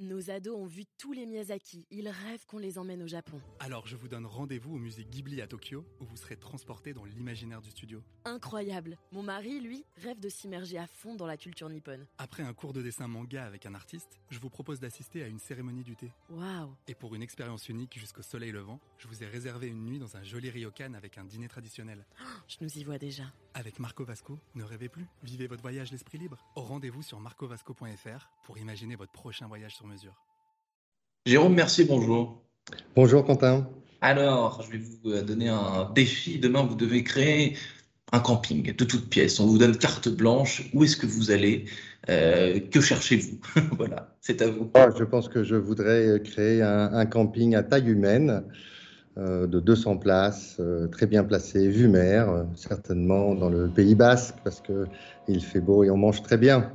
Nos ados ont vu tous les Miyazaki. Ils rêvent qu'on les emmène au Japon. Alors je vous donne rendez-vous au musée Ghibli à Tokyo, où vous serez transportés dans l'imaginaire du studio. Incroyable. Mon mari, lui, rêve de s'immerger à fond dans la culture nippone. Après un cours de dessin manga avec un artiste, je vous propose d'assister à une cérémonie du thé. Waouh. Et pour une expérience unique jusqu'au soleil levant, je vous ai réservé une nuit dans un joli ryokan avec un dîner traditionnel. Je nous y vois déjà. Avec Marco Vasco, ne rêvez plus, vivez votre voyage l'esprit libre. Au rendez-vous sur marcovasco.fr pour imaginer votre prochain voyage sur mesure. Jérôme Mercier, bonjour. Bonjour Quentin. Alors, je vais vous donner un défi. Demain, vous devez créer un camping de toutes pièces. On vous donne carte blanche. Où est-ce que vous allez? Que cherchez-vous? Voilà, c'est à vous. Je pense que je voudrais créer un camping à taille humaine de 200 places, très bien placé, vue mer, certainement dans le Pays Basque parce qu'il fait beau et on mange très bien.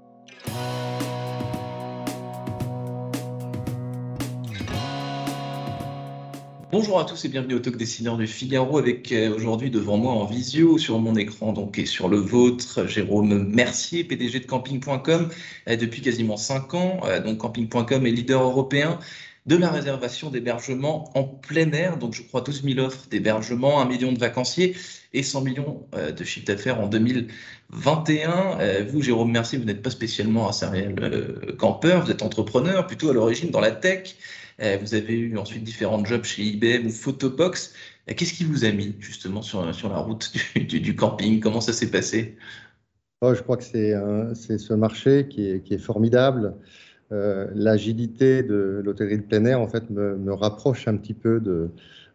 Bonjour à tous et bienvenue au Talk Dessineur du Figaro avec aujourd'hui devant moi en visio sur mon écran donc et sur le vôtre Jérôme Mercier, PDG de camping.com depuis quasiment 5 ans. Donc camping.com est leader européen de la réservation d'hébergement en plein air. Donc je crois 12 000 offres d'hébergement, 1 million de vacanciers et 100 millions de chiffre d'affaires en 2021. Vous Jérôme Mercier, vous n'êtes pas spécialement un serial campeur, vous êtes entrepreneur plutôt à l'origine dans la tech. Vous avez eu ensuite différents jobs chez IBM ou Photobox. Qu'est-ce qui vous a mis justement sur la route du camping? Comment ça s'est passé? Je crois que c'est ce marché qui est formidable. L'agilité de l'hôtellerie de plein air en fait me rapproche un petit peu de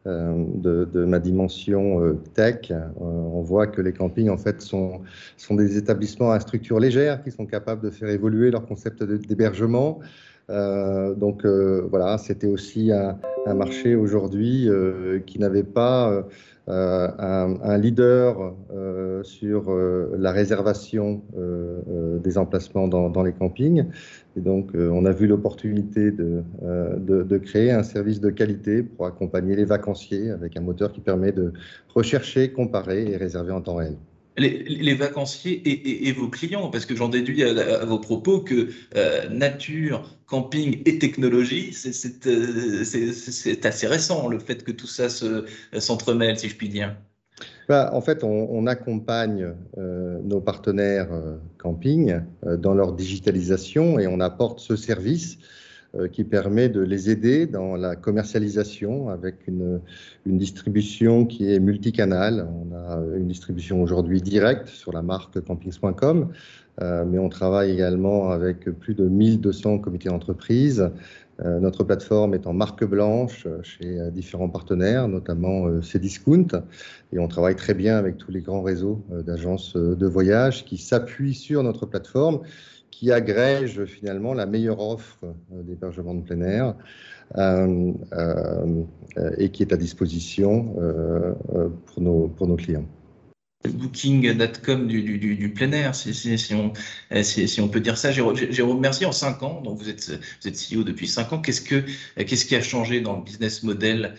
ma dimension tech. On voit que les campings en fait sont des établissements à structure légère qui sont capables de faire évoluer leur concept d'hébergement. Donc voilà, c'était aussi un marché aujourd'hui qui n'avait pas un leader sur la réservation des emplacements dans les campings. Et donc on a vu l'opportunité de créer un service de qualité pour accompagner les vacanciers avec un moteur qui permet de rechercher, comparer et réserver en temps réel. Les vacanciers et vos clients, parce que j'en déduis à vos propos que nature, camping et technologie, c'est assez récent le fait que tout ça s'entremêle, si je puis dire. En fait, on accompagne nos partenaires camping dans leur digitalisation et on apporte ce service qui permet de les aider dans la commercialisation avec une distribution qui est multicanale. On a une distribution aujourd'hui directe sur la marque campings.com, mais on travaille également avec plus de 1200 comités d'entreprise. Notre plateforme est en marque blanche chez différents partenaires, notamment Cdiscount, et on travaille très bien avec tous les grands réseaux d'agences de voyage qui s'appuient sur notre plateforme, qui agrège finalement la meilleure offre d'hébergement de plein air et qui est à disposition pour nos clients. Booking.com du plein air, si on peut dire ça. Jérôme Mercier, en 5 ans, donc vous êtes CEO depuis 5 ans, qu'est-ce qui a changé dans le business model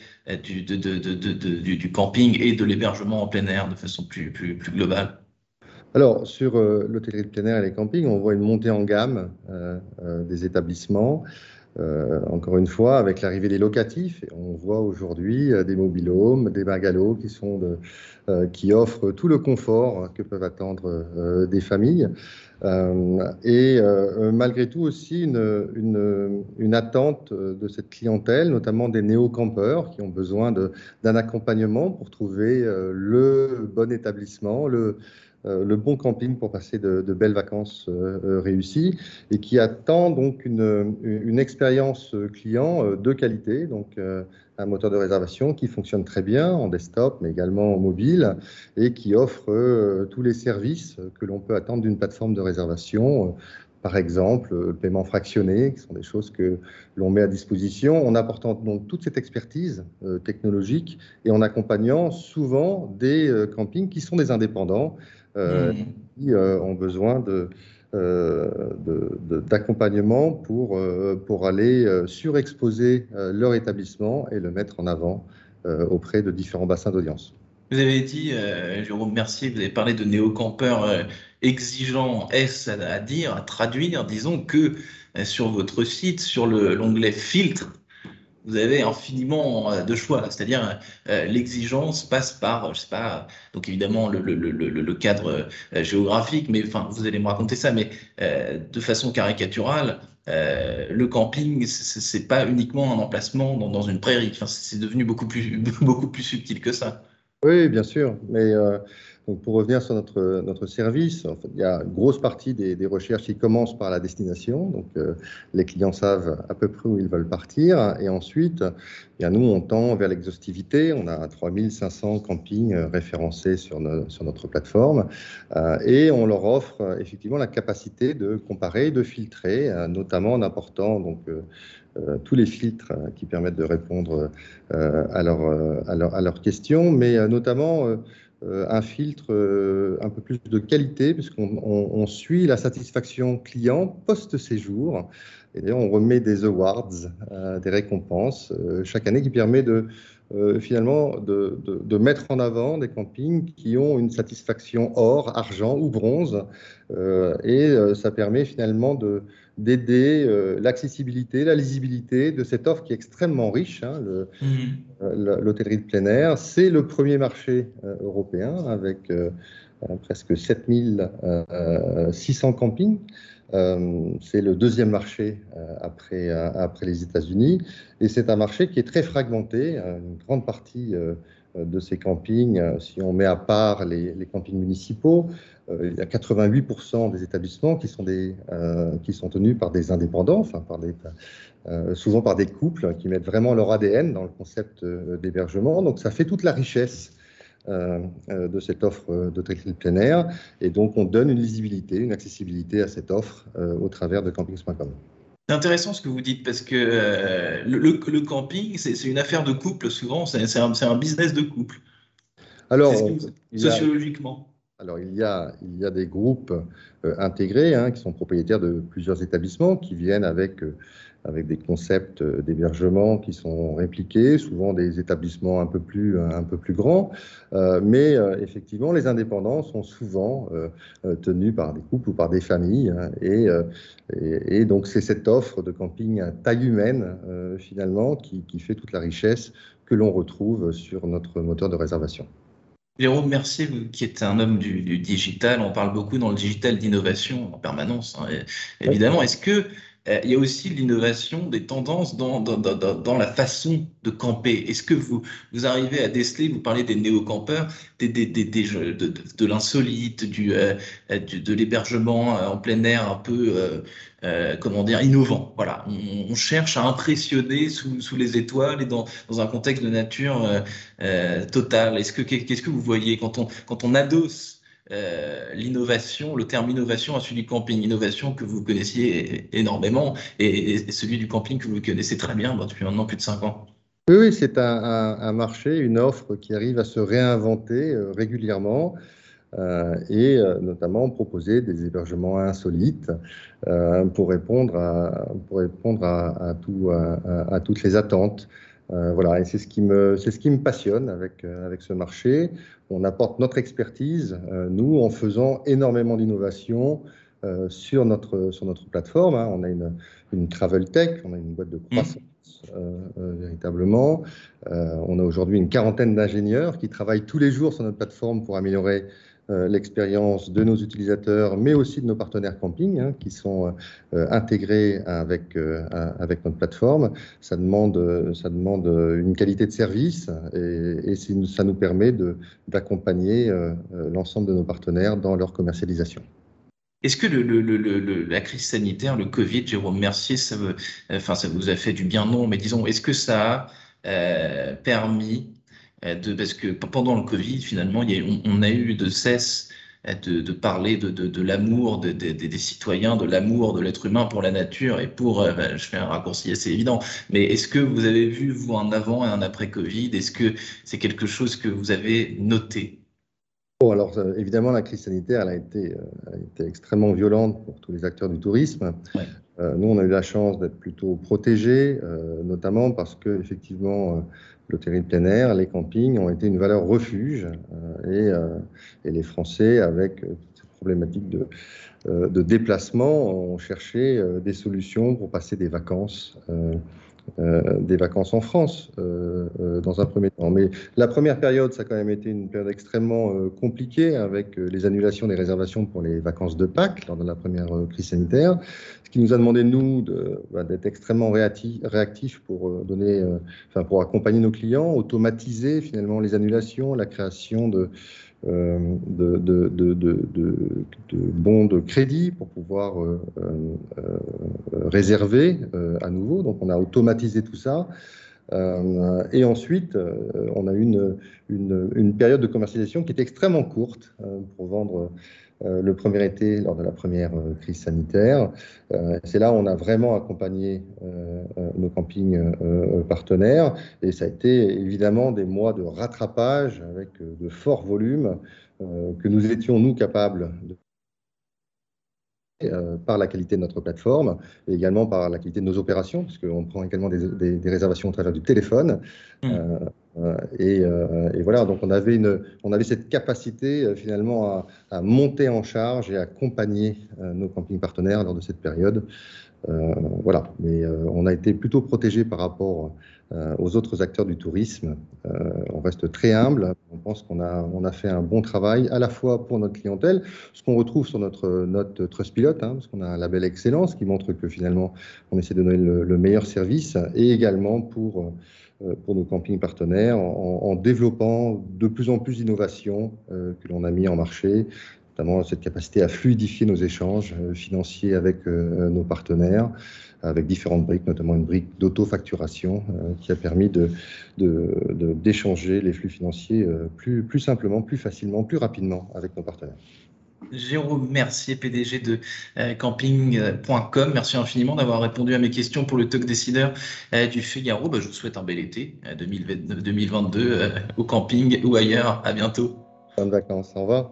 du camping et de l'hébergement en plein air de façon plus globale? Alors, sur l'hôtellerie de plein air et les campings, on voit une montée en gamme des établissements. Encore une fois, avec l'arrivée des locatifs, on voit aujourd'hui des mobil-homes, des bungalows qui offrent tout le confort que peuvent attendre des familles. Malgré tout aussi une attente de cette clientèle, notamment des néo-campeurs qui ont besoin d'un accompagnement pour trouver le bon établissement, le bon camping pour passer de belles vacances réussies et qui attend donc une expérience client de qualité, donc un moteur de réservation qui fonctionne très bien en desktop mais également en mobile et qui offre tous les services que l'on peut attendre d'une plateforme de réservation. Par exemple, le paiement fractionné, qui sont des choses que l'on met à disposition, en apportant donc toute cette expertise technologique et en accompagnant souvent des campings qui sont des indépendants qui ont besoin d'accompagnement pour aller surexposer leur établissement et le mettre en avant auprès de différents bassins d'audience. Vous avez dit, Jérôme Mercier, vous avez parlé de néocampeurs exigeants. Est-ce à dire, à traduire? Disons que sur votre site, sur l'onglet filtre, vous avez infiniment de choix. C'est-à-dire, l'exigence passe par, je sais pas, donc évidemment le cadre géographique, mais enfin, vous allez me raconter ça, mais de façon caricaturale, le camping, c'est pas uniquement un emplacement dans une prairie. Enfin, c'est devenu beaucoup plus, beaucoup plus subtil que ça. Oui, bien sûr. Mais donc pour revenir sur notre service, en fait, il y a une grosse partie des recherches qui commencent par la destination. Donc les clients savent à peu près où ils veulent partir. Et ensuite, nous, on tend vers l'exhaustivité. On a 3500 campings référencés sur notre plateforme. Et on leur offre effectivement la capacité de comparer, de filtrer, notamment en apportant tous les filtres qui permettent de répondre à leurs questions, mais notamment un filtre un peu plus de qualité, puisqu'on suit la satisfaction client post-séjour. Et d'ailleurs, on remet des awards, des récompenses chaque année qui permet finalement de mettre en avant des campings qui ont une satisfaction or, argent ou bronze. Ça permet finalement d'aider l'accessibilité, la lisibilité de cette offre qui est extrêmement riche, hein, Mhm. l'hôtellerie de plein air. C'est le premier marché européen avec presque 7600 campings. C'est le deuxième marché après les États-Unis. Et c'est un marché qui est très fragmenté. Une grande partie de ces campings, si on met à part les campings municipaux, il y a 88% des établissements qui sont tenus par des indépendants, enfin souvent par des couples qui mettent vraiment leur ADN dans le concept d'hébergement. Donc ça fait toute la richesse de cette offre d'hôtellerie de plein air. Et donc on donne une lisibilité, une accessibilité à cette offre au travers de campings.com. C'est intéressant ce que vous dites parce que le camping, c'est une affaire de couple souvent, c'est un business de couple. C'est ce Alors, que sociologiquement. il y a des groupes intégrés qui sont propriétaires de plusieurs établissements qui viennent avec des concepts d'hébergement qui sont répliqués, souvent des établissements un peu plus grands. Mais effectivement, les indépendants sont souvent tenus par des couples ou par des familles. Et donc, c'est cette offre de camping à taille humaine, finalement, qui fait toute la richesse que l'on retrouve sur notre moteur de réservation. Jérôme Mercier, vous qui êtes un homme du digital, on parle beaucoup dans le digital d'innovation en permanence, hein, évidemment. Est-ce que il y a aussi l'innovation des tendances dans la façon de camper? Est-ce que vous arrivez à déceler, vous parlez des néocampeurs, de l'insolite, de l'hébergement en plein air un peu, comment dire, innovant. Voilà, on cherche à impressionner sous les étoiles et dans un contexte de nature totale. Qu'est-ce que vous voyez quand on adosse l'innovation, le terme innovation à celui du camping, innovation que vous connaissiez énormément et celui du camping que vous connaissez très bien depuis maintenant plus de 5 ans. Oui, oui, c'est un marché, une offre qui arrive à se réinventer régulièrement notamment proposer des hébergements insolites pour répondre à toutes les attentes. Voilà, et c'est ce qui me passionne avec ce marché. On apporte notre expertise, nous, en faisant énormément d'innovation sur notre plateforme. On a une travel tech, on a une boîte de croissance véritablement. On a aujourd'hui une quarantaine d'ingénieurs qui travaillent tous les jours sur notre plateforme pour améliorer l'expérience de nos utilisateurs, mais aussi de nos partenaires camping qui sont intégrés avec notre plateforme. Ça demande une qualité de service et ça nous permet d'accompagner l'ensemble de nos partenaires dans leur commercialisation. Est-ce que la crise sanitaire, le Covid, Jérôme Mercier, ça vous a fait du bien? Non, mais disons, est-ce que ça a permis parce que pendant le Covid, finalement, on a eu de cesse de parler de l'amour des citoyens, de l'amour de l'être humain pour la nature et je fais un raccourci assez évident, mais est-ce que vous avez vu, vous, un avant et un après Covid? Est-ce que c'est quelque chose que vous avez noté? Bon, alors évidemment, la crise sanitaire, elle a été extrêmement violente pour tous les acteurs du tourisme. Ouais. Nous, on a eu la chance d'être plutôt protégés, notamment parce que effectivement, l'hôtellerie de plein air, les campings ont été une valeur refuge et les Français, avec cette problématique de déplacement, ont cherché des solutions pour passer des vacances en France dans un premier temps. Mais la première période, ça a quand même été une période extrêmement compliquée avec les annulations des réservations pour les vacances de Pâques lors de la première crise sanitaire, ce qui nous a demandé, nous, d'être extrêmement réactifs pour pour accompagner nos clients, automatiser finalement les annulations, la création de bons de crédit pour pouvoir réserver à nouveau. Donc, on a automatisé tout ça. Et ensuite, on a eu une période de commercialisation qui est extrêmement courte pour vendre le premier été lors de la première crise sanitaire. C'est là où on a vraiment accompagné nos campings partenaires, et ça a été évidemment des mois de rattrapage avec de forts volumes que nous étions, nous, capables de par la qualité de notre plateforme et également par la qualité de nos opérations, puisqu'on prend également des réservations au travers du téléphone. Et voilà, donc on avait cette capacité finalement à monter en charge et à accompagner nos campings partenaires lors de cette période. Voilà, mais on a été plutôt protégé par rapport aux autres acteurs du tourisme. On reste très humble. On pense qu'on a fait un bon travail à la fois pour notre clientèle, ce qu'on retrouve sur notre note Trustpilot, parce qu'on a un label excellence qui montre que finalement on essaie de donner le meilleur service, et également pour nos campings partenaires en développant de plus en plus d'innovations que l'on a mis en marché, notamment cette capacité à fluidifier nos échanges financiers avec nos partenaires, avec différentes briques, notamment une brique d'autofacturation qui a permis d'échanger les flux financiers plus simplement, plus facilement, plus rapidement avec nos partenaires. Jérôme Mercier, PDG de camping.com. Merci infiniment d'avoir répondu à mes questions pour le Talk Décideur du Figaro. Je vous souhaite un bel été 2022 au camping ou ailleurs. À bientôt. Bonnes vacances. Au revoir.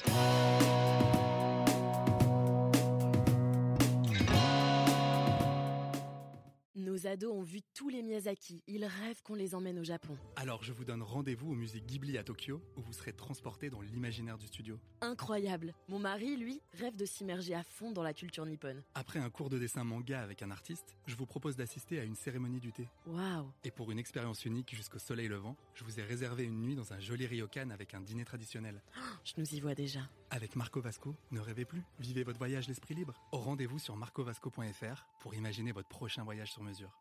Nos ados ont vu tous les Miyazaki. Ils rêvent qu'on les emmène au Japon. Alors je vous donne rendez-vous au musée Ghibli à Tokyo, où vous serez transporté dans l'imaginaire du studio. Incroyable. Mon mari, lui, rêve de s'immerger à fond dans la culture nippone. Après un cours de dessin manga avec un artiste, je vous propose d'assister à une cérémonie du thé. Waouh. Et pour une expérience unique jusqu'au soleil levant, je vous ai réservé une nuit dans un joli ryokan avec un dîner traditionnel. Je nous y vois déjà. Avec Marco Vasco, ne rêvez plus, vivez votre voyage l'esprit libre. Au rendez-vous sur marcovasco.fr pour imaginer votre prochain voyage sur mesure.